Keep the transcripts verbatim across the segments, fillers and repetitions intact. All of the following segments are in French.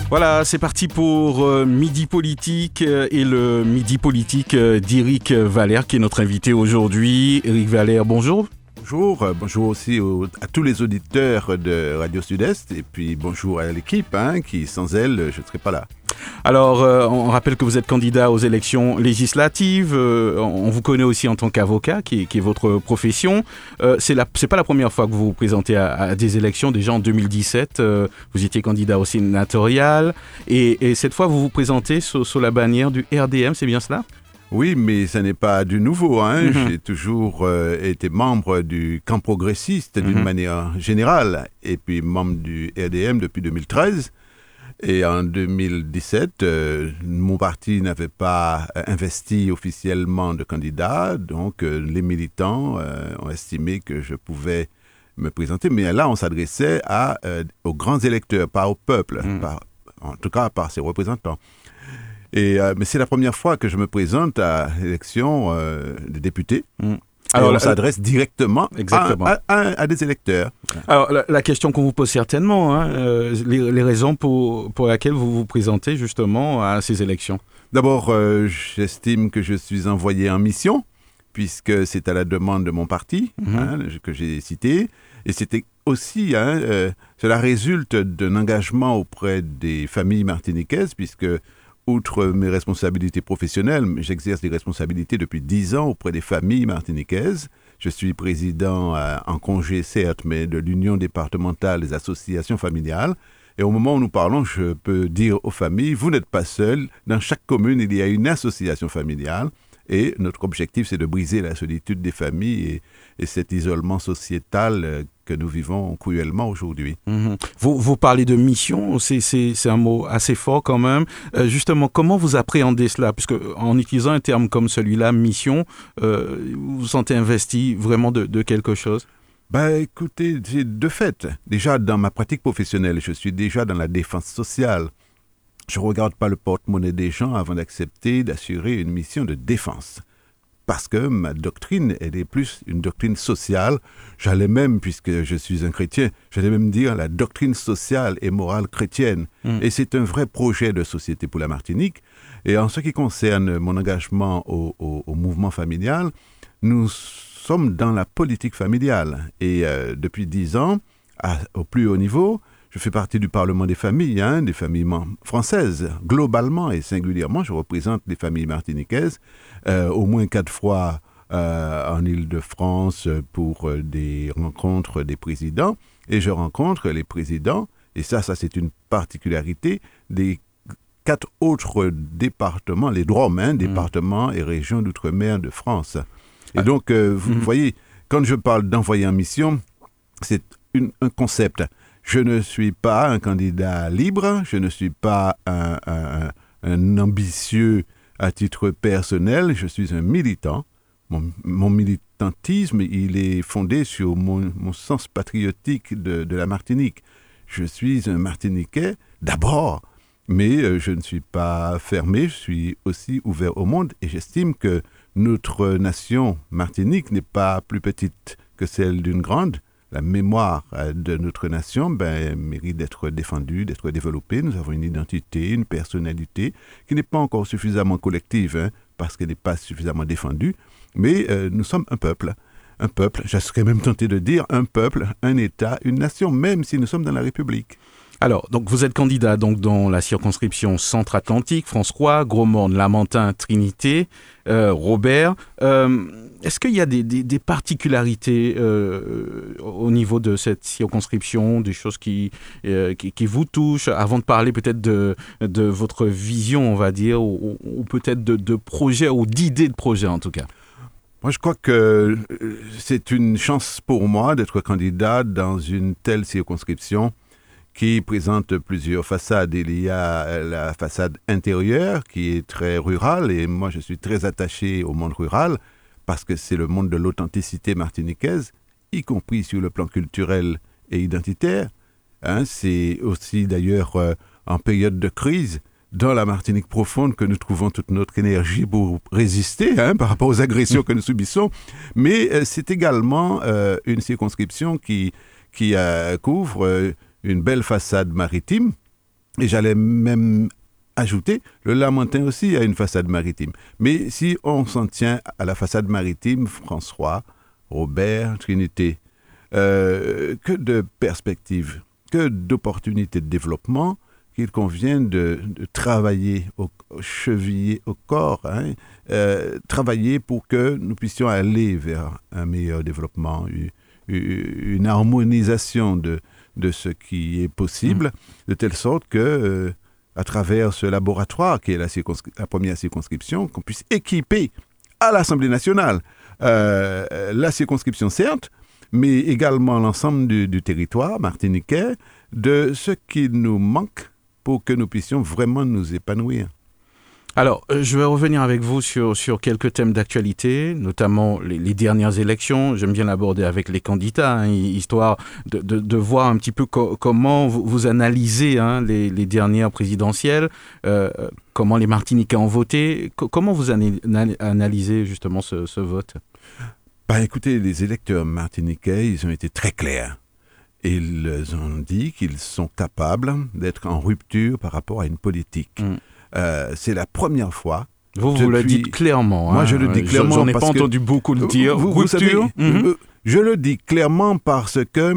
Voilà, c'est parti pour euh, Midi Politique euh, et le Midi Politique euh, d'Éric Valère qui est notre invité aujourd'hui. Éric Valère, bonjour. Bonjour, euh, bonjour aussi aux, à tous les auditeurs de Radio Sud-Est et puis bonjour à l'équipe hein, qui, sans elle, je ne serais pas là. Alors, euh, on rappelle que vous êtes candidat aux élections législatives. Euh, on vous connaît aussi en tant qu'avocat, qui est, qui est votre profession. Euh, c'est la, c'est pas la première fois que vous vous présentez à, à des élections. Déjà en deux mille dix-sept, euh, vous étiez candidat au sénatorial. Et, et cette fois, vous vous présentez sous, sous la bannière du R D M, c'est bien cela ? Oui, mais ce n'est pas du nouveau. Hein. Mm-hmm. J'ai toujours euh, été membre du camp progressiste d'une mm-hmm. manière générale. Et puis membre du R D M depuis deux mille treize. Et en deux mille dix-sept, euh, mon parti n'avait pas investi officiellement de candidat, donc euh, les militants euh, ont estimé que je pouvais me présenter. Mais là, on s'adressait à, euh, aux grands électeurs, pas au peuple, mmh. par, en tout cas par ses représentants. Et, euh, mais c'est la première fois que je me présente à l'élection euh, des députés. Mmh. Alors, on la, s'adresse directement à, à, à, à des électeurs. Alors, la, la question qu'on vous pose certainement, hein, euh, les, les raisons pour, pour lesquelles vous vous présentez justement à ces élections. D'abord, euh, j'estime que je suis envoyé en mission, puisque c'est à la demande de mon parti mm-hmm. hein, que j'ai cité. Et c'était aussi, hein, euh, cela résulte d'un engagement auprès des familles martiniquaises, puisque outre mes responsabilités professionnelles, j'exerce des responsabilités depuis dix ans auprès des familles martiniquaises. Je suis président euh, en congé, certes, mais de l'Union départementale des associations familiales. Et au moment où nous parlons, je peux dire aux familles, vous n'êtes pas seuls. Dans chaque commune, il y a une association familiale. Et notre objectif, c'est de briser la solitude des familles et, et cet isolement sociétal euh, que nous vivons cruellement aujourd'hui. Mmh. Vous, vous parlez de mission, c'est, c'est, c'est un mot assez fort quand même. Euh, justement, comment vous appréhendez cela ? Puisque en utilisant un terme comme celui-là, mission, euh, vous vous sentez investi vraiment de, de quelque chose ? Ben, écoutez, de fait, déjà dans ma pratique professionnelle, je suis déjà dans la défense sociale. Je ne regarde pas le porte-monnaie des gens avant d'accepter d'assurer une mission de défense. Parce que ma doctrine, elle est plus une doctrine sociale. J'allais même, puisque je suis un chrétien, j'allais même dire la doctrine sociale et morale chrétienne. Mmh. Et c'est un vrai projet de société pour la Martinique. Et en ce qui concerne mon engagement au, au, au mouvement familial, nous sommes dans la politique familiale. Et euh, depuis dix ans, à, au plus haut niveau, je fais partie du Parlement des familles, hein, des familles françaises. Globalement et singulièrement, je représente les familles martiniquaises, euh, au moins quatre fois euh, en Île-de-France pour euh, des rencontres des présidents. Et je rencontre les présidents, et ça, ça c'est une particularité, des quatre autres départements, les D R O M, hein, mmh. départements et régions d'outre-mer de France. Et donc, euh, vous mmh. voyez, quand je parle d'envoyer en mission, c'est une, un concept. Je ne suis pas un candidat libre, je ne suis pas un, un, un ambitieux à titre personnel, je suis un militant. Mon, mon militantisme, il est fondé sur mon, mon sens patriotique de, de la Martinique. Je suis un Martiniquais d'abord, mais euh, je ne suis pas fermé, je suis aussi ouvert au monde et j'estime que notre nation Martinique n'est pas plus petite que celle d'une grande. La mémoire de notre nation ben, mérite d'être défendue, d'être développée. Nous avons une identité, une personnalité qui n'est pas encore suffisamment collective hein, parce qu'elle n'est pas suffisamment défendue. Mais euh, nous sommes un peuple. Un peuple, je serais même tenté de dire un peuple, un État, une nation, même si nous sommes dans la République. Alors, donc vous êtes candidat donc, dans la circonscription Centre-Atlantique, France-Croix, Gros-Morne, Lamentin, Trinité, euh, Robert. Euh, est-ce qu'il y a des, des, des particularités euh, au niveau de cette circonscription, des choses qui, euh, qui, qui vous touchent, avant de parler peut-être de, de votre vision, on va dire, ou, ou peut-être de, de projets ou d'idées de projets en tout cas ? Moi, je crois que c'est une chance pour moi d'être candidat dans une telle circonscription qui présente plusieurs façades. Il y a la façade intérieure qui est très rurale et moi je suis très attaché au monde rural parce que c'est le monde de l'authenticité martiniquaise, y compris sur le plan culturel et identitaire. Hein, c'est aussi d'ailleurs euh, en période de crise dans la Martinique profonde que nous trouvons toute notre énergie pour résister hein, par rapport aux agressions que nous subissons. Mais euh, c'est également euh, une circonscription qui, qui euh, couvre... Euh, une belle façade maritime Et j'allais même ajouter, le Lamentin aussi a une façade maritime. Mais si on s'en tient à la façade maritime, François, Robert, Trinité, euh, que de perspectives, que d'opportunités de développement qu'il convient de, de travailler au, au cheviller au corps, hein, euh, travailler pour que nous puissions aller vers un meilleur développement, une, une harmonisation de, de ce qui est possible, mmh. de telle sorte que, euh, à travers ce laboratoire qui est la, circonscri- la première circonscription, qu'on puisse équiper à l'Assemblée nationale euh, la circonscription, certes, mais également l'ensemble du, du territoire martiniquais, de ce qui nous manque pour que nous puissions vraiment nous épanouir. Alors, euh, je vais revenir avec vous sur, sur quelques thèmes d'actualité, notamment les, les dernières élections. J'aime bien l'aborder avec les candidats, hein, histoire de, de, de voir un petit peu co- comment vous, vous analysez hein, les, les dernières présidentielles, euh, comment les Martiniquais ont voté. Co- comment vous ana- analysez justement ce, ce vote ? Ben, écoutez, les électeurs martiniquais, ils ont été très clairs. Ils ont dit qu'ils sont capables d'être en rupture par rapport à une politique. Mmh. Euh, c'est la première fois. Vous, depuis... vous le dites clairement. Moi, hein. je le dis clairement. J'en ai parce pas que... entendu beaucoup le dire. Vous, vous savez, mmh. Je le dis clairement parce que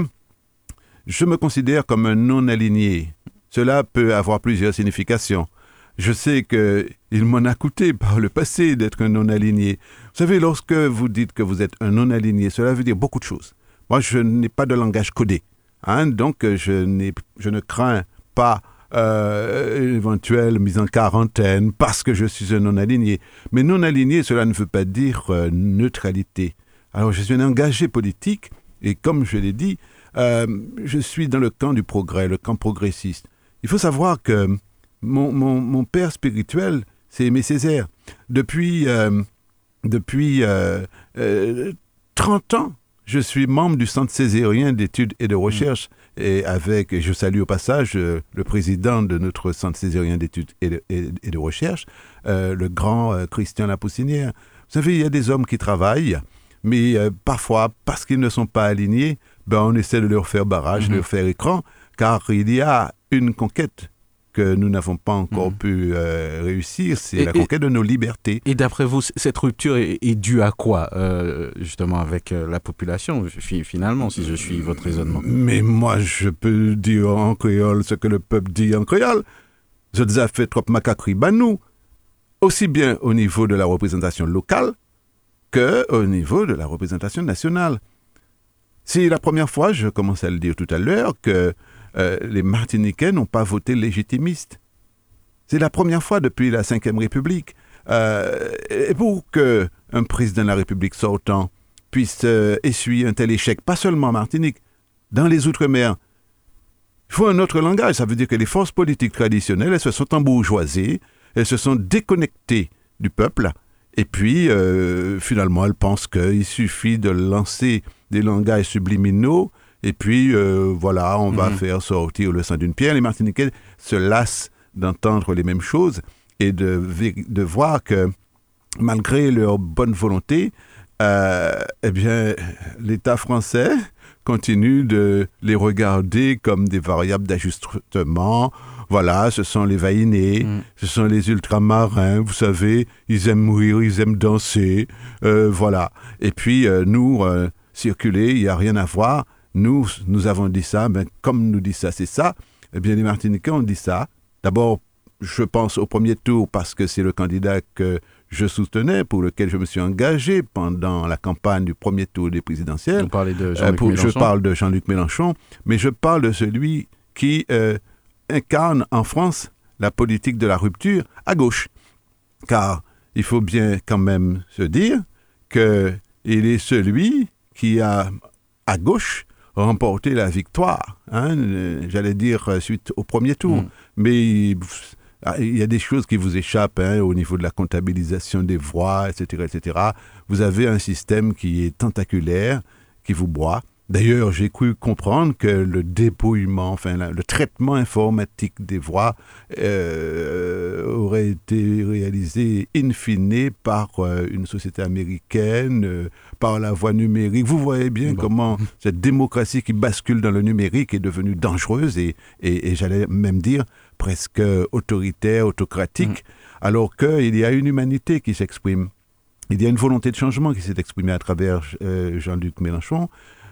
je me considère comme un non-aligné. Cela peut avoir plusieurs significations. Je sais qu'il m'en a coûté par le passé d'être un non-aligné. Vous savez, lorsque vous dites que vous êtes un non-aligné, cela veut dire beaucoup de choses. Moi, je n'ai pas de langage codé. Hein, donc, je, n'ai, je ne crains pas euh, une éventuelle mise en quarantaine parce que je suis un non-aligné. Mais non-aligné, cela ne veut pas dire euh, neutralité. Alors, je suis un engagé politique et comme je l'ai dit, euh, je suis dans le camp du progrès, le camp progressiste. Il faut savoir que mon, mon, mon père spirituel, c'est Aimé Césaire. Depuis, euh, depuis euh, euh, trente ans, je suis membre du Centre césarien d'études et de recherche mmh. et avec, je salue au passage euh, le président de notre Centre césarien d'études et de, et, et de recherche, euh, le grand euh, Christian Lapoussinière. Vous savez, il y a des hommes qui travaillent, mais euh, parfois, parce qu'ils ne sont pas alignés, ben, on essaie de leur faire barrage, mmh. de leur faire écran, car il y a une conquête que nous n'avons pas encore mmh. pu euh, réussir, c'est et, la conquête et, de nos libertés. Et d'après vous, cette rupture est, est due à quoi, euh, justement, avec euh, la population, finalement, si je suis votre raisonnement? Mais moi, je peux dire en créole ce que le peuple dit en créole. Je vous ai fait trop macacri banou, aussi bien au niveau de la représentation locale qu'au niveau de la représentation nationale. C'est la première fois, je commence à le dire tout à l'heure, que Euh, les Martiniquais n'ont pas voté légitimiste. C'est la première fois depuis la Cinquième République. Euh, et pour qu'un président de la République sortant puisse euh, essuyer un tel échec, pas seulement en Martinique, dans les Outre-mer, il faut un autre langage. Ça veut dire que les forces politiques traditionnelles, elles se sont embourgeoisées, elles se sont déconnectées du peuple, et puis euh, finalement, elles pensent qu'il suffit de lancer des langages subliminaux. Et puis, euh, voilà, on mmh. va faire sortir le sang d'une pierre. Les Martiniquais se lassent d'entendre les mêmes choses et de, de voir que, malgré leur bonne volonté, euh, eh bien, l'État français continue de les regarder comme des variables d'ajustement. Voilà, ce sont les vaïnés, mmh. ce sont les ultramarins, vous savez, ils aiment mourir, ils aiment danser, euh, voilà. Et puis, euh, nous, euh, circuler, il n'y a rien à voir. Nous, nous avons dit ça, ben, comme nous dit ça, c'est ça. Eh bien, les Martiniquais ont dit ça. D'abord, je pense au premier tour parce que c'est le candidat que je soutenais, pour lequel je me suis engagé pendant la campagne du premier tour des présidentielles. Vous parlez de Jean-Luc euh, pour, Mélenchon. Je parle de Jean-Luc Mélenchon, mais je parle de celui qui euh, incarne en France la politique de la rupture à gauche. Car il faut bien quand même se dire qu'il est celui qui a, à gauche, remporter la victoire, hein, j'allais dire suite au premier tour. Mmh. Mais il, il y a des choses qui vous échappent hein, au niveau de la comptabilisation des voix, et cetera, et cetera. Vous avez un système qui est tentaculaire, qui vous broie, D'ailleurs, j'ai cru comprendre que le dépouillement, enfin la, le traitement informatique des voix euh, aurait été réalisé in fine par euh, une société américaine, euh, par la voie numérique. Vous voyez bien bon. comment cette démocratie qui bascule dans le numérique est devenue dangereuse et, et, et j'allais même dire presque autoritaire, autocratique, mmh. alors qu'il y a une humanité qui s'exprime. Il y a une volonté de changement qui s'est exprimée à travers euh, Jean-Luc Mélenchon.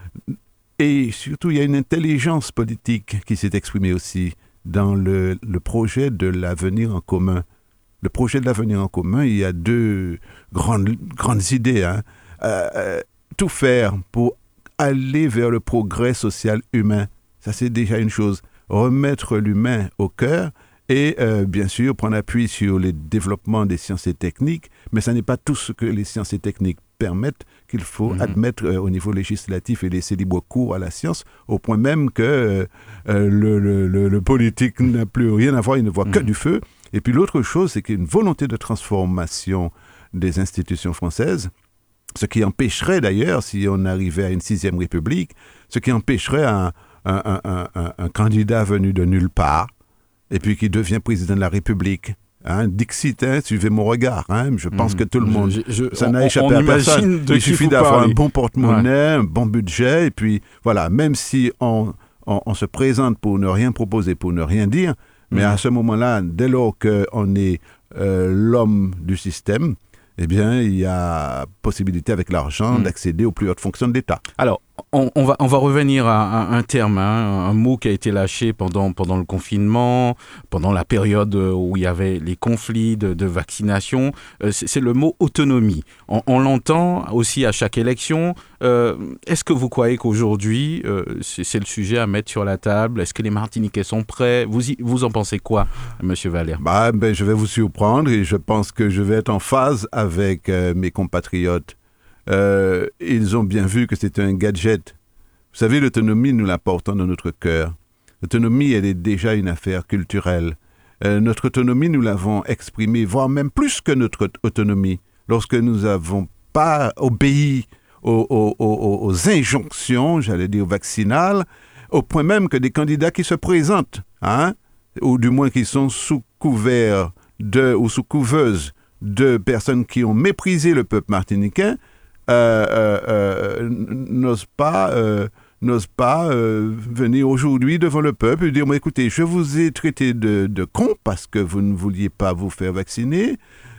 Et surtout, il y a une intelligence politique qui s'est exprimée aussi dans le, le projet de l'avenir en commun. Le projet de l'avenir en commun, il y a deux grandes, grandes idées. Hein. Euh, tout faire pour aller vers le progrès social humain, ça c'est déjà une chose. Remettre l'humain au cœur et euh, bien sûr prendre appui sur le développement des sciences et techniques, mais ça n'est pas tout ce que les sciences et techniques permettent qu'il faut mmh. admettre euh, au niveau législatif et laisser libre cours à la science, au point même que euh, le, le, le, le politique n'a plus rien à voir, il ne voit mmh. que du feu. Et puis l'autre chose, c'est qu'il y a une volonté de transformation des institutions françaises, ce qui empêcherait d'ailleurs, si on arrivait à une sixième république, ce qui empêcherait un, un, un, un, un, un candidat venu de nulle part, et puis qui devient président de la République. Hein, Dixit, hein, suivez mon regard. Hein, je pense mmh. que tout le monde, je, je, ça n'a échappé à personne. Il suffit d'avoir parler. un bon porte-monnaie, ouais. un bon budget, et puis voilà, même si on, on, on se présente pour ne rien proposer, pour ne rien dire, mais mmh. à ce moment-là, dès lors qu'on est euh, l'homme du système, eh bien, il y a possibilité avec l'argent mmh. d'accéder aux plus hautes fonctions de l'État. Alors, on, on, va, on va revenir à, à un terme, hein, un mot qui a été lâché pendant, pendant le confinement, pendant la période où il y avait les conflits de, de vaccination, euh, c'est, c'est le mot autonomie. On, on l'entend aussi à chaque élection. Euh, est-ce que vous croyez qu'aujourd'hui, euh, c'est, c'est le sujet à mettre sur la table? Est-ce que les Martiniquais sont prêts? Vous, y, vous en pensez quoi, M. Valère? bah, ben, Je vais vous surprendre et je pense que je vais être en phase avec euh, mes compatriotes. Euh, ils ont bien vu que c'était un gadget. Vous savez, l'autonomie, nous la portons dans notre cœur. L'autonomie, elle est déjà une affaire culturelle. Euh, notre autonomie, nous l'avons exprimée, voire même plus que notre autonomie, lorsque nous n'avons pas obéi aux, aux, aux, aux injonctions, j'allais dire vaccinales, au point même que des candidats qui se présentent, hein, ou du moins qui sont sous couvert de, ou sous couveuse de personnes qui ont méprisé le peuple martiniquais, Euh, euh, euh, n'ose pas, euh, n'ose pas euh, venir aujourd'hui devant le peuple et dire « Écoutez, je vous ai traité de, de con parce que vous ne vouliez pas vous faire vacciner,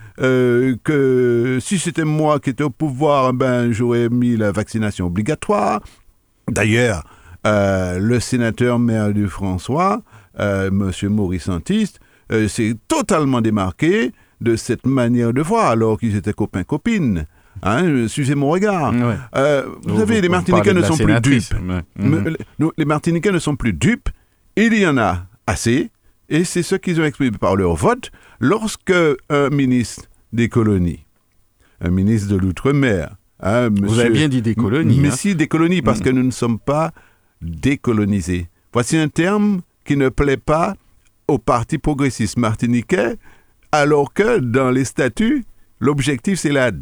euh, que si c'était moi qui étais au pouvoir, ben, j'aurais mis la vaccination obligatoire. » D'ailleurs, euh, le sénateur maire du François, euh, M. Maurice Antiste, euh, s'est totalement démarqué de cette manière de voir alors qu'ils étaient copains-copines. Hein, suivez mon regard. Ouais. Euh, vous, vous savez, vous, les Martiniquais ne sont plus dupes. Ouais. Mm-hmm. Les, les Martiniquais ne sont plus dupes. Il y en a assez. Et c'est ce qu'ils ont exprimé par leur vote lorsque un ministre des colonies, un ministre de l'Outre-mer... Hein, monsieur, vous avez bien dit des colonies. Mais hein. si, des colonies, parce mm. que nous ne sommes pas décolonisés. Voici un terme qui ne plaît pas au Parti progressiste martiniquais, alors que dans les statuts, l'objectif, c'est la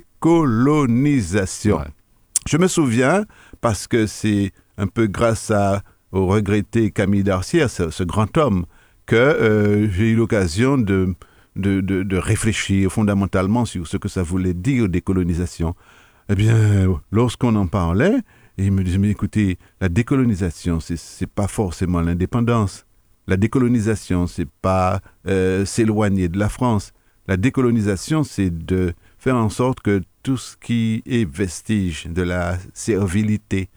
décolonisation. Ouais. Je me souviens, parce que c'est un peu grâce à, au regretté Camille Darcière, ce, ce grand homme, que euh, j'ai eu l'occasion de, de, de, de réfléchir fondamentalement sur ce que ça voulait dire, décolonisation. Eh bien, lorsqu'on en parlait, il me disait, mais écoutez, la décolonisation, c'est, c'est pas forcément l'indépendance. La décolonisation, c'est pas euh, s'éloigner de la France. La décolonisation, c'est de faire en sorte que tout ce qui est vestige de la servilité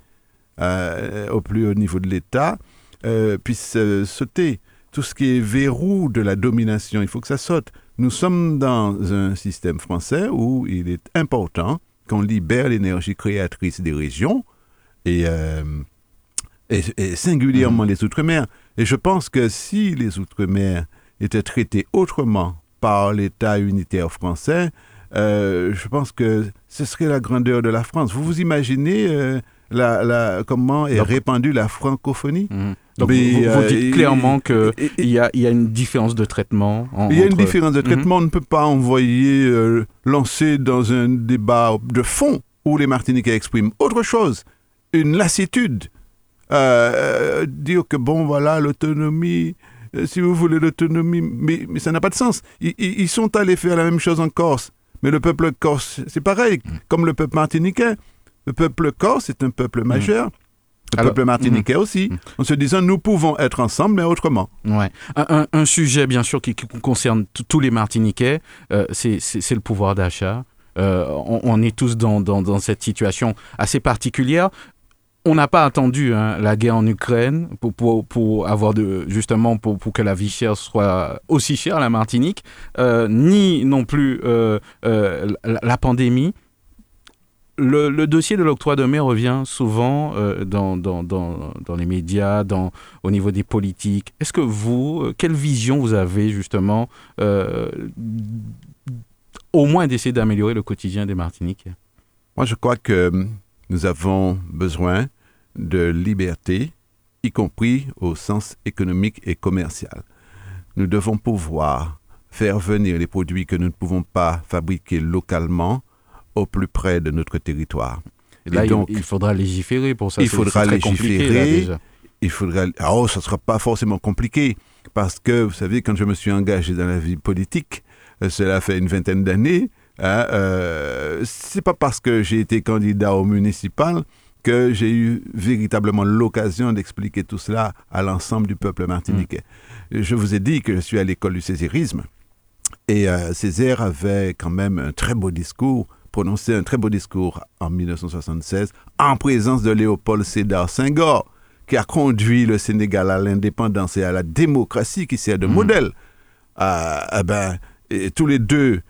euh, au plus haut niveau de l'État euh, puisse euh, sauter. Tout ce qui est verrou de la domination, il faut que ça saute. Nous sommes dans un système français où il est important qu'on libère l'énergie créatrice des régions et, euh, et, et singulièrement mmh. les Outre-mer. Et je pense que si les Outre-mer étaient traités autrement par l'État unitaire français, euh, je pense que ce serait la grandeur de la France. Vous vous imaginez euh, la, la, comment est Donc, répandue la francophonie mmh. Donc Mais, vous, vous dites euh, clairement qu'il y a, y a une différence de traitement. En, il y a entre... une différence de traitement. Mmh. On ne peut pas envoyer, euh, lancer dans un débat de fond où les Martiniquais expriment autre chose une lassitude. Euh, dire que, bon, voilà, l'autonomie, euh, si vous voulez l'autonomie, mais, mais ça n'a pas de sens. Ils, ils sont allés faire la même chose en Corse. Mais le peuple corse, c'est pareil, mmh. comme le peuple martiniquais. Le peuple corse est un peuple majeur. Mmh. Le Alors, peuple martiniquais mmh. aussi, mmh. en se disant nous pouvons être ensemble, mais autrement. Ouais. Un, un, un sujet, bien sûr, qui, qui concerne t- tous les Martiniquais, euh, c'est, c'est, c'est le pouvoir d'achat. Euh, on, on est tous dans, dans, dans cette situation assez particulière. On n'a pas attendu hein, la guerre en Ukraine pour, pour, pour avoir de, justement pour, pour que la vie chère soit aussi chère à la Martinique, euh, ni non plus euh, euh, la, la pandémie. Le, le dossier de l'octroi de mer revient souvent euh, dans, dans, dans, dans les médias, dans, au niveau des politiques. Est-ce que vous, euh, quelle vision vous avez justement, euh, au moins d'essayer d'améliorer le quotidien des Martiniquais? Moi, je crois que nous avons besoin de liberté, y compris au sens économique et commercial. Nous devons pouvoir faire venir les produits que nous ne pouvons pas fabriquer localement au plus près de notre territoire. Et là, et donc, il faudra légiférer pour ça. Il c'est, faudra c'est légiférer. Là, il faudra. Oh, ça ne sera pas forcément compliqué parce que, vous savez, quand je me suis engagé dans la vie politique, euh, cela fait une vingtaine d'années, hein, euh, c'est pas parce que j'ai été candidat au municipal que j'ai eu véritablement l'occasion d'expliquer tout cela à l'ensemble du peuple martiniquais. Mmh. Je vous ai dit que je suis à l'école du césarisme et euh, Césaire avait quand même un très beau discours, prononcé un très beau discours en dix-neuf cent soixante-seize en présence de Léopold Sédar Senghor, qui a conduit le Sénégal à l'indépendance et à la démocratie qui sert de mmh. modèle. Euh, eh ben, et tous les deux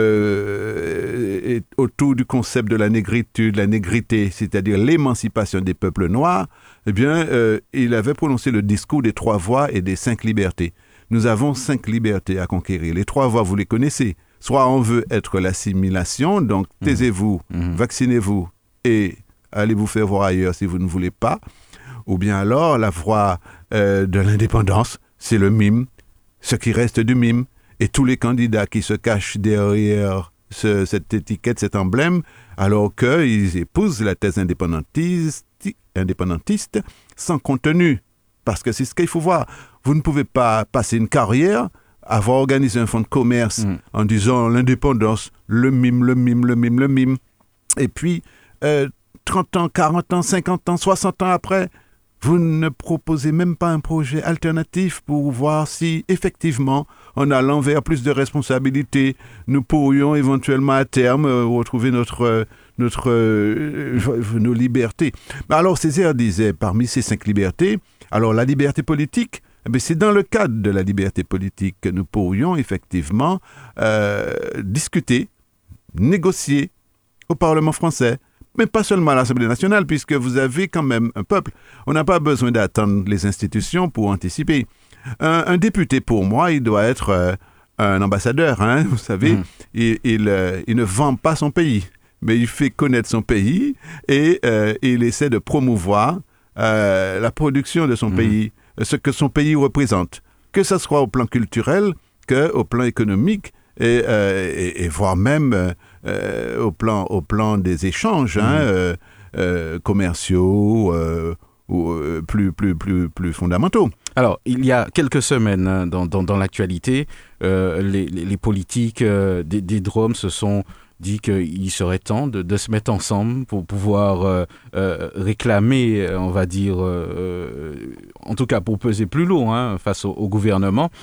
euh, et autour du concept de la négritude, la négrité, c'est-à-dire l'émancipation des peuples noirs, eh bien, euh, il avait prononcé le discours des trois voies et des cinq libertés. Nous avons cinq libertés à conquérir. Les trois voies, vous les connaissez. Soit on veut être l'assimilation, donc taisez-vous, mmh. vaccinez-vous et allez vous faire voir ailleurs si vous ne voulez pas. Ou bien alors, la voie euh, de l'indépendance, c'est le mime, ce qui reste du mime. Et tous les candidats qui se cachent derrière ce, cette étiquette, cet emblème, alors qu'ils épousent la thèse indépendantiste, indépendantiste sans contenu. Parce que c'est ce qu'il faut voir. Vous ne pouvez pas passer une carrière, avoir organisé un fonds de commerce mmh. en disant l'indépendance, le mime, le mime, le mime, le mime. Et puis, euh, trente ans, quarante ans, cinquante ans, soixante ans après, vous ne proposez même pas un projet alternatif pour voir si, effectivement, en allant vers plus de responsabilités, nous pourrions éventuellement à terme euh, retrouver notre, notre, euh, nos libertés. Alors, Césaire disait, parmi ces cinq libertés, alors la liberté politique, eh bien, c'est dans le cadre de la liberté politique que nous pourrions effectivement euh, discuter, négocier au Parlement français, mais pas seulement à l'Assemblée nationale, puisque vous avez quand même un peuple. On n'a pas besoin d'attendre les institutions pour anticiper. Un, un député, pour moi, il doit être euh, un ambassadeur, hein, vous savez. Mmh. Il, il, euh, il ne vend pas son pays, mais il fait connaître son pays et euh, il essaie de promouvoir euh, la production de son mmh. pays, ce que son pays représente, que ce soit au plan culturel qu'au plan économique, et, euh, et, et voire même euh, euh, au, plan, au plan des échanges hein, mmh. euh, euh, commerciaux euh, ou euh, plus, plus, plus, plus fondamentaux. Alors, il y a quelques semaines, hein, dans, dans, dans l'actualité, euh, les, les, les politiques euh, des, des D R O M se sont dit qu'il serait temps de, de se mettre ensemble pour pouvoir euh, euh, réclamer, on va dire, euh, en tout cas pour peser plus lourd hein, face au, au gouvernement.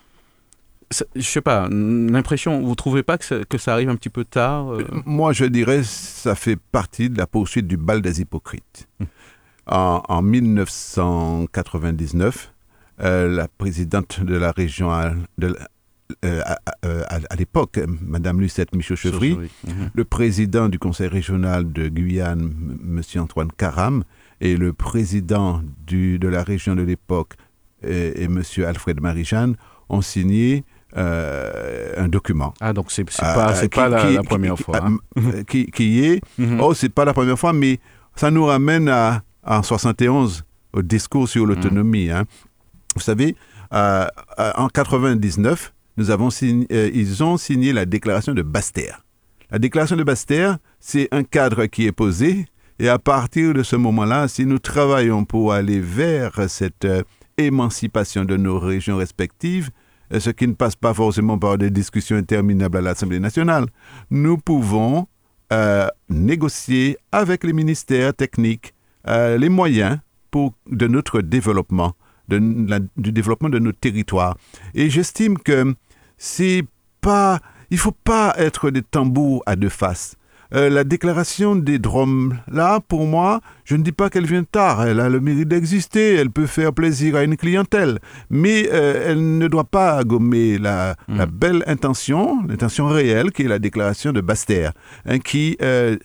Je ne sais pas, l'impression, vous ne trouvez pas que ça, que ça arrive un petit peu tard euh... Moi, je dirais que ça fait partie de la poursuite du bal des hypocrites. Mmh. En, en dix-neuf cent quatre-vingt-dix-neuf, euh, la présidente de la région, de, euh, à, à, à l'époque, Mme Lucette Michaud-Chevry, mmh. le président du conseil régional de Guyane, M. Antoine Karam, et le président du, de la région de l'époque, et, et M. Alfred Marie-Jeanne, ont signé Euh, un document. Ah, donc c'est, c'est pas, c'est euh, pas qui, la, qui, la première qui, fois. Hein. Qui, qui est, mm-hmm. oh, c'est pas la première fois, mais ça nous ramène à, en soixante et onze, au discours sur l'autonomie. Mm. Hein. Vous savez, euh, en quatre-vingt-dix-neuf, nous avons signé, euh, ils ont signé la déclaration de Basse-Terre. La déclaration de Basse-Terre, c'est un cadre qui est posé, Et à partir de ce moment-là, si nous travaillons pour aller vers cette euh, émancipation de nos régions respectives, euh, ce qui ne passe pas forcément par des discussions interminables à l'Assemblée nationale, nous pouvons euh, négocier avec les ministères techniques euh, les moyens pour, de notre développement, de, la, du développement de nos territoires. Et j'estime que c'est pas, il ne faut pas être des tambours à deux faces. Euh, la déclaration des Drômes, là, pour moi, je ne dis pas qu'elle vient tard. Elle a le mérite d'exister, elle peut faire plaisir à une clientèle. Mais euh, elle ne doit pas gommer la, mmh. la belle intention, l'intention réelle, qui est la déclaration de Basse-Terre, hein, qui, euh,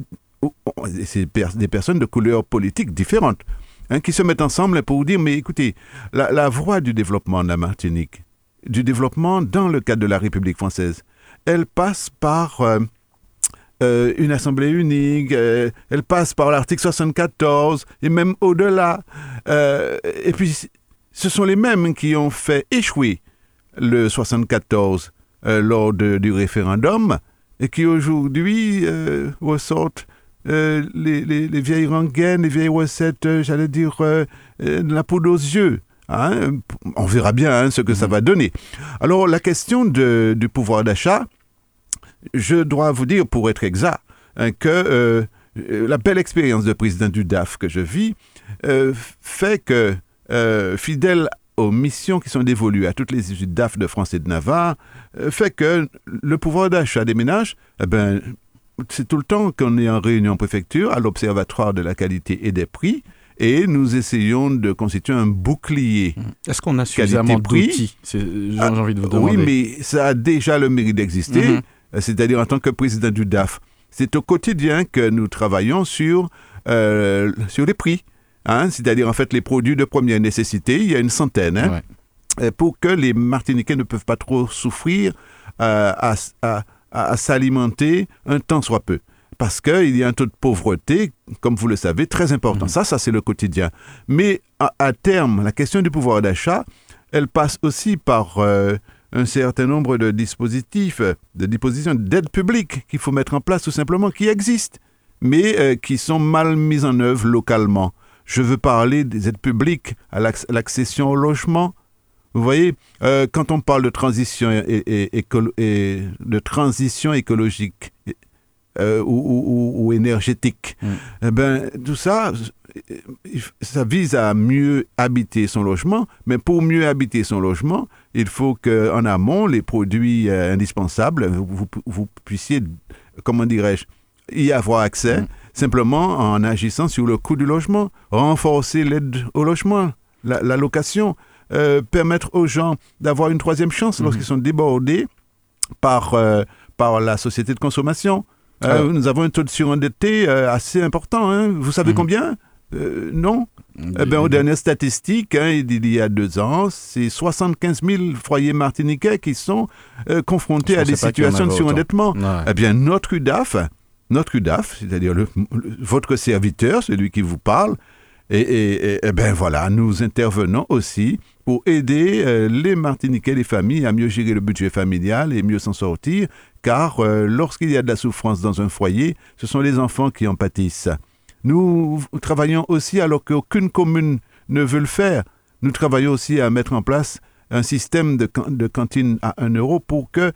c'est des personnes de couleurs politiques différentes, hein, qui se mettent ensemble pour dire, mais écoutez, la, la voie du développement de la Martinique, du développement dans le cadre de la République française, elle passe par... Euh, Euh, une assemblée unique, euh, elle passe par l'article soixante-quatorze et même au-delà. Euh, et puis, ce sont les mêmes qui ont fait échouer le soixante-quatorze euh, lors de, du référendum et qui aujourd'hui euh, ressortent euh, les, les, les vieilles rengaines, les vieilles recettes, euh, j'allais dire, euh, euh, de la poudre aux yeux. Hein? On verra bien hein, ce que ça va donner. Alors, la question de, du pouvoir d'achat, je dois vous dire, pour être exact, hein, que euh, la belle expérience de président du D A F que je vis euh, fait que, euh, fidèle aux missions qui sont dévolues à toutes les D A F de France et de Navarre, euh, fait que le pouvoir d'achat des ménages, eh ben, c'est tout le temps qu'on est en réunion préfecture à l'Observatoire de la qualité et des prix, et nous essayons de constituer un bouclier. Est-ce qu'on a suffisamment d'outils ? C'est, j'ai ah, envie de vous demander. Oui, mais ça a déjà le mérite d'exister. Mm-hmm. C'est-à-dire en tant que président du D A F. C'est au quotidien que nous travaillons sur, euh, sur les prix. Hein? C'est-à-dire en fait les produits de première nécessité, il y a une centaine, hein? Ouais. Pour que les Martiniquais ne peuvent pas trop souffrir euh, à, à, à, à s'alimenter un tant soit peu. Parce qu'il y a un taux de pauvreté, comme vous le savez, très important. Mmh. Ça, ça c'est le quotidien. Mais à, à terme, la question du pouvoir d'achat, elle passe aussi par... Euh, un certain nombre de dispositifs, de dispositions d'aide publique qu'il faut mettre en place tout simplement, qui existent, mais euh, qui sont mal mises en œuvre localement. Je veux parler des aides publiques à l'acc- l'accession au logement. Vous voyez, euh, quand on parle de transition, et, et, et, et, de transition écologique euh, ou, ou, ou énergétique, mmh. eh ben, tout ça... ça vise à mieux habiter son logement, mais pour mieux habiter son logement, il faut qu'en amont, les produits euh, indispensables, vous, vous puissiez, comment dirais-je, y avoir accès, mmh. simplement en agissant sur le coût du logement, renforcer l'aide au logement, la, la location, euh, permettre aux gens d'avoir une troisième chance mmh. lorsqu'ils sont débordés par, euh, par la société de consommation. Euh, ah. Nous avons un taux de surendetté euh, assez important, hein. Vous savez mmh. combien ? Euh, non. Eh bien, aux dernières statistiques, hein, il y a deux ans, c'est soixante-quinze mille foyers martiniquais qui sont euh, confrontés à des situations de surendettement. Ouais. Eh bien, notre U D A F, notre U D A F, c'est-à-dire le, le, votre serviteur, celui qui vous parle, et, et, et, et ben voilà, nous intervenons aussi pour aider euh, les Martiniquais, les familles à mieux gérer le budget familial et mieux s'en sortir, car euh, lorsqu'il y a de la souffrance dans un foyer, ce sont les enfants qui en pâtissent. Nous travaillons aussi, alors qu'aucune commune ne veut le faire, nous travaillons aussi à mettre en place un système de, de cantine à un euro pour que,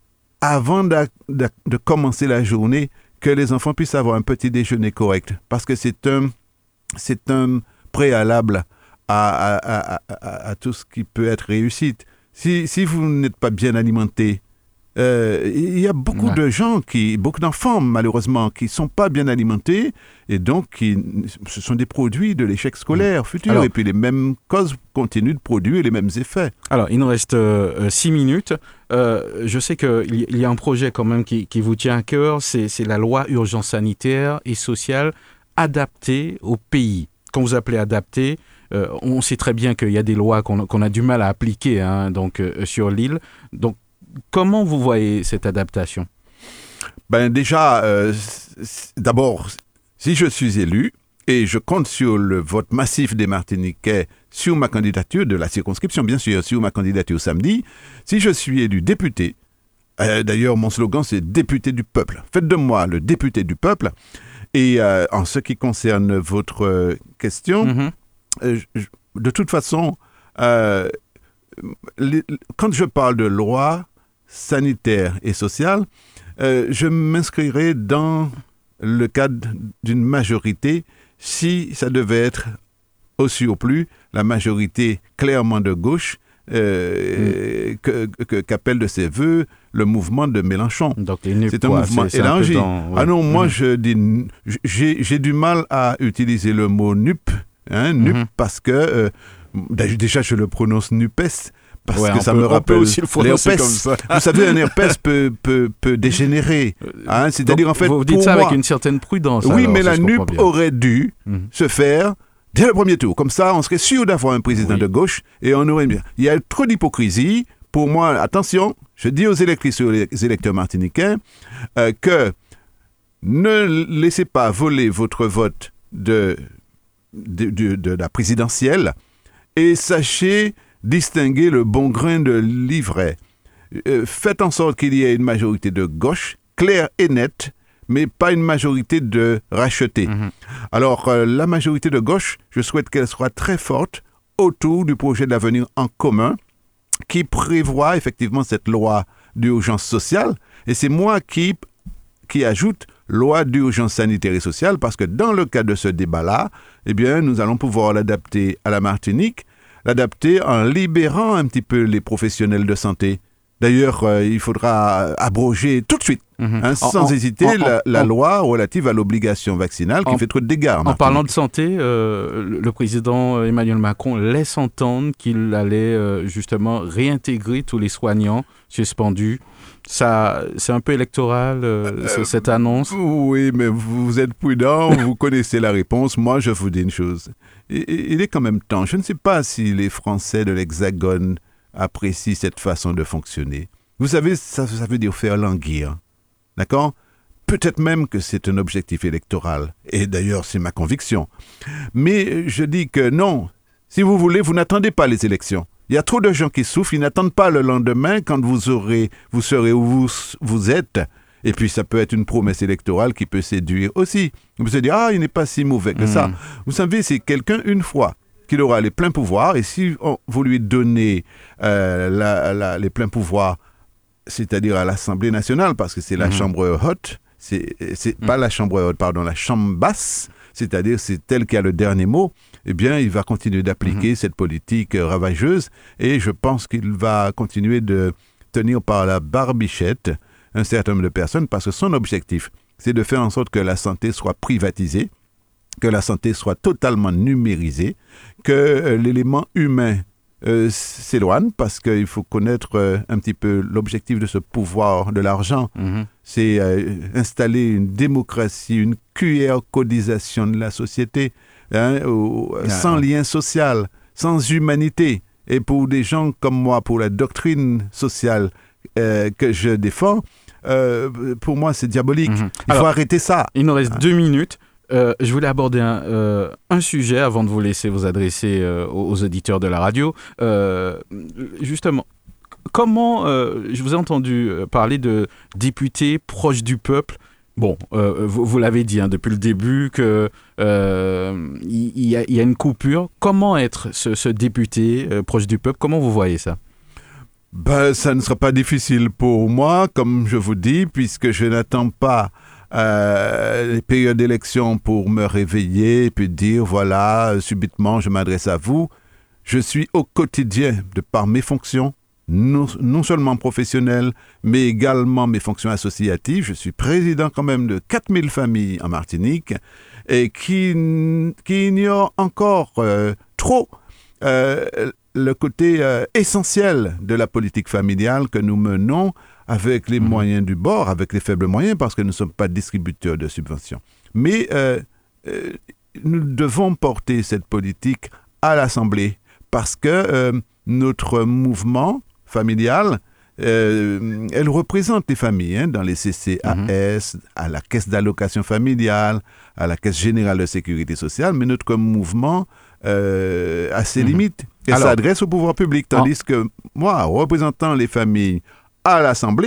avant de, de, de commencer la journée, que les enfants puissent avoir un petit déjeuner correct. Parce que c'est un, c'est un préalable à, à, à, à, à tout ce qui peut être réussite. Si, si vous n'êtes pas bien alimenté, Euh, il y a beaucoup ouais. de gens, qui, beaucoup d'enfants malheureusement, qui ne sont pas bien alimentés et donc qui, ce sont des produits de l'échec scolaire mmh. futur. Alors, et puis les mêmes causes continuent de produire les mêmes effets. Alors, il nous reste euh, six minutes. Euh, je sais qu'il y a un projet quand même qui, qui vous tient à cœur, c'est, c'est la loi urgence sanitaire et sociale adaptée au pays. Quand vous appelez adaptée, euh, on sait très bien qu'il y a des lois qu'on, qu'on a du mal à appliquer hein, donc, euh, sur l'île. Donc, comment vous voyez cette adaptation ? Ben déjà, euh, d'abord, si je suis élu et je compte sur le vote massif des Martiniquais sur ma candidature de la circonscription, bien sûr, sur ma candidature samedi, si je suis élu député, Euh, d'ailleurs, mon slogan, c'est « Député du peuple ». Faites de moi le député du peuple. Et euh, en ce qui concerne votre euh, question, mm-hmm. euh, je, de toute façon, euh, les, quand je parle de loi sanitaire et sociale, euh, je m'inscrirai dans le cadre d'une majorité si ça devait être au surplus la majorité clairement de gauche euh, mm. que, que, qu'appelle de ses voeux le mouvement de Mélenchon. Donc, les N U P, c'est un quoi, mouvement c'est, élargi. C'est dans, ouais. Ah non, moi mm-hmm. je dis, j'ai, j'ai du mal à utiliser le mot N U P, hein, N U P mm-hmm. parce que euh, déjà je le prononce NUPES. Parce ouais, que ça peut, me rappelle aussi le l'herpès. Comme ça. Vous savez, un herpès peut, peut, peut dégénérer. Hein, c'est-à-dire, donc, en fait, vous dites pour ça moi, avec une certaine prudence. Oui, alors, mais si la N U P aurait dû mm-hmm. se faire dès le premier tour. Comme ça, on serait sûr d'avoir un président oui. de gauche et on aurait bien. Il y a trop d'hypocrisie. Pour moi, attention, je dis aux électrices et aux électeurs martiniquais euh, que ne laissez pas voler votre vote de, de, de, de la présidentielle et sachez distinguer le bon grain de l'ivraie. Euh, faites en sorte qu'il y ait une majorité de gauche, claire et nette, mais pas une majorité de rachetés. Mmh. Alors, euh, la majorité de gauche, je souhaite qu'elle soit très forte autour du projet d'avenir en commun qui prévoit effectivement cette loi d'urgence sociale. Et c'est moi qui, qui ajoute loi d'urgence sanitaire et sociale parce que dans le cadre de ce débat-là, eh bien, nous allons pouvoir l'adapter à la Martinique, l'adapter en libérant un petit peu les professionnels de santé. D'ailleurs, euh, il faudra abroger tout de suite, mmh. hein, sans en, hésiter, en, la, la en, loi relative à l'obligation vaccinale qui en, fait trop de dégâts. En, en parlant de santé, euh, le président Emmanuel Macron laisse entendre qu'il allait euh, justement réintégrer tous les soignants suspendus. Ça, c'est un peu électoral, euh, euh, cette annonce. Oui, mais vous êtes prudent, vous connaissez la réponse. Moi, je vous dis une chose. Il, il est quand même temps. Je ne sais pas si les Français de l'Hexagone apprécient cette façon de fonctionner. Vous savez, ça, ça veut dire faire languir. D'accord ? Peut-être même que c'est un objectif électoral. Et d'ailleurs, c'est ma conviction. Mais je dis que non. Si vous voulez, vous n'attendez pas les élections. Il y a trop de gens qui souffrent, ils n'attendent pas le lendemain quand vous aurez, vous serez où vous, vous êtes. Et puis, ça peut être une promesse électorale qui peut séduire aussi. Vous se dire, ah, il n'est pas si mauvais que mmh. ça. Vous savez, c'est quelqu'un, une fois, qu'il aura les pleins pouvoirs. Et si on, vous lui donnez euh, la, la, les pleins pouvoirs, c'est-à-dire à l'Assemblée nationale, parce que c'est la mmh. chambre haute, c'est, c'est mmh. pas la chambre haute, pardon, la chambre basse, c'est-à-dire c'est elle qui a le dernier mot, eh bien, il va continuer d'appliquer mmh. cette politique euh, ravageuse et je pense qu'il va continuer de tenir par la barbichette un certain nombre de personnes parce que son objectif, c'est de faire en sorte que la santé soit privatisée, que la santé soit totalement numérisée, que euh, l'élément humain euh, s'éloigne parce qu'il faut connaître euh, un petit peu l'objectif de ce pouvoir de l'argent. Mmh. C'est euh, installer une démocratie, une Q R codisation de la société, hein, au, ah, sans ah. lien social, sans humanité. Et pour des gens comme moi, pour la doctrine sociale euh, que je défends, euh, pour moi c'est diabolique. Mmh. Il Alors, faut arrêter ça. Il nous reste ah. deux minutes. Euh, je voulais aborder un, euh, un sujet avant de vous laisser vous adresser euh, aux, aux auditeurs de la radio. Euh, justement, comment, euh, je vous ai entendu parler de députés proches du peuple. Bon, euh, vous, vous l'avez dit hein, depuis le début qu'il euh, y, y, y a une coupure. Comment être ce, ce député euh, proche du peuple? Comment vous voyez ça? Ben, ça ne sera pas difficile pour moi, comme je vous dis, puisque je n'attends pas Euh, les périodes d'élection pour me réveiller et puis dire voilà, subitement je m'adresse à vous. Je suis au quotidien, de par mes fonctions, non, non seulement professionnelles, mais également mes fonctions associatives. Je suis président quand même de quatre mille familles en Martinique et qui, qui ignorent encore euh, trop euh, le côté euh, essentiel de la politique familiale que nous menons avec les mmh. moyens du bord, avec les faibles moyens, parce que nous ne sommes pas distributeurs de subventions. Mais euh, euh, nous devons porter cette politique à l'Assemblée, parce que euh, notre mouvement familial, euh, elle représente les familles, hein, dans les C C A S, mmh. à la Caisse d'allocation familiale, à la Caisse générale de sécurité sociale, mais notre mouvement euh, a ses mmh. limites et Alors, s'adresse au pouvoir public, tandis en... que moi, représentant les familles à l'Assemblée,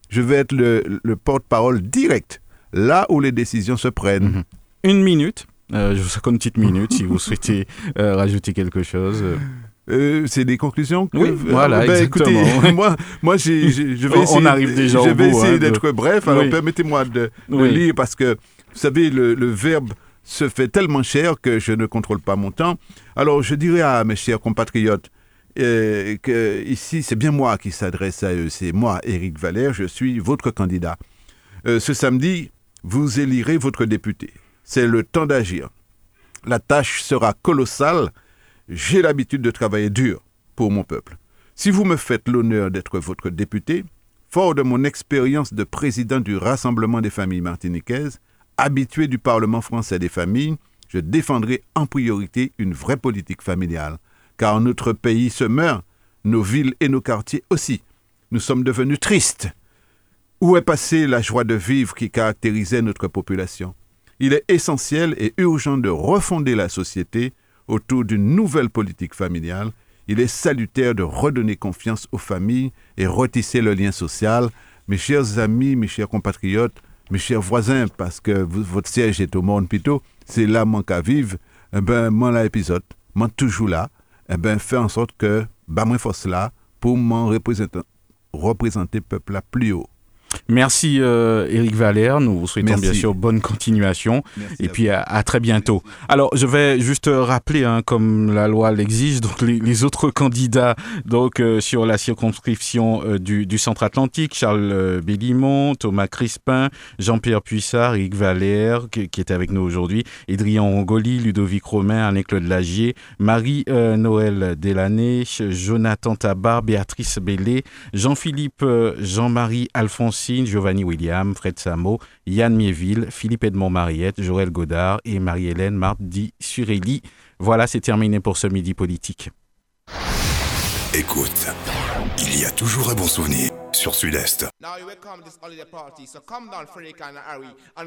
Je vais être le, le porte-parole direct, là où les décisions se prennent. Mmh. Une minute, euh, je vous accorde une petite minute si vous souhaitez euh, rajouter quelque chose. Euh, c'est des conclusions que... Oui, voilà, ben, exactement. Écoutez, moi, moi j'ai, j'ai, je vais on, essayer, on arrive déjà je au vais bout, essayer hein, d'être de... bref. Alors, oui. permettez-moi de, de oui. lire parce que, vous savez, le, le verbe se fait tellement cher que je ne contrôle pas mon temps. Alors, je dirais à mes chers compatriotes euh, que ici, c'est bien moi qui s'adresse à eux. C'est moi, Éric Valère, je suis votre candidat. Euh, ce samedi, vous élirez votre député. C'est le temps d'agir. La tâche sera colossale. J'ai l'habitude de travailler dur pour mon peuple. Si vous me faites l'honneur d'être votre député, fort de mon expérience de président du Rassemblement des familles martiniquaises, habitué du Parlement français des familles, je défendrai en priorité une vraie politique familiale. Car notre pays se meurt, nos villes et nos quartiers aussi. Nous sommes devenus tristes. Où est passée la joie de vivre qui caractérisait notre population ? Il est essentiel et urgent de refonder la société autour d'une nouvelle politique familiale. Il est salutaire de redonner confiance aux familles et retisser le lien social. Mes chers amis, mes chers compatriotes, mes chers voisins, parce que vous, votre siège est au Monde Pito, c'est là mon cas vive, eh ben, moi l'épisode, moi toujours là, eh ben, fait en sorte que, bah, moi force là, pour m'en représenter, représenter peuple là plus haut. Merci euh, Éric Valère, nous vous souhaitons Merci. bien sûr bonne continuation. Merci et à puis à, à très bientôt. Alors je vais juste rappeler, hein, comme la loi l'exige, donc les, les autres candidats donc euh, sur la circonscription euh, du, du Centre-Atlantique, Charles euh, Bélimont, Thomas Crispin, Jean-Pierre Puissard, Éric Valère qui, qui était avec nous aujourd'hui, Adrien Rongoli, Ludovic Romain, Alain-Claude Lagier, Marie-Noël euh, Delaney, Jonathan Tabar, Béatrice Bellé, Jean-Philippe euh, Jean-Marie Alphonse, Giovanni William, Fred Samo, Yann Miéville, Philippe Edmond Mariette, Joël Godard et Marie-Hélène Mardi Surelli. Voilà, c'est terminé pour ce Midi Politique. Écoute, il y a toujours un bon souvenir sur Sud-Est. Now you welcome this holiday party, so come down, Freak and Harry, and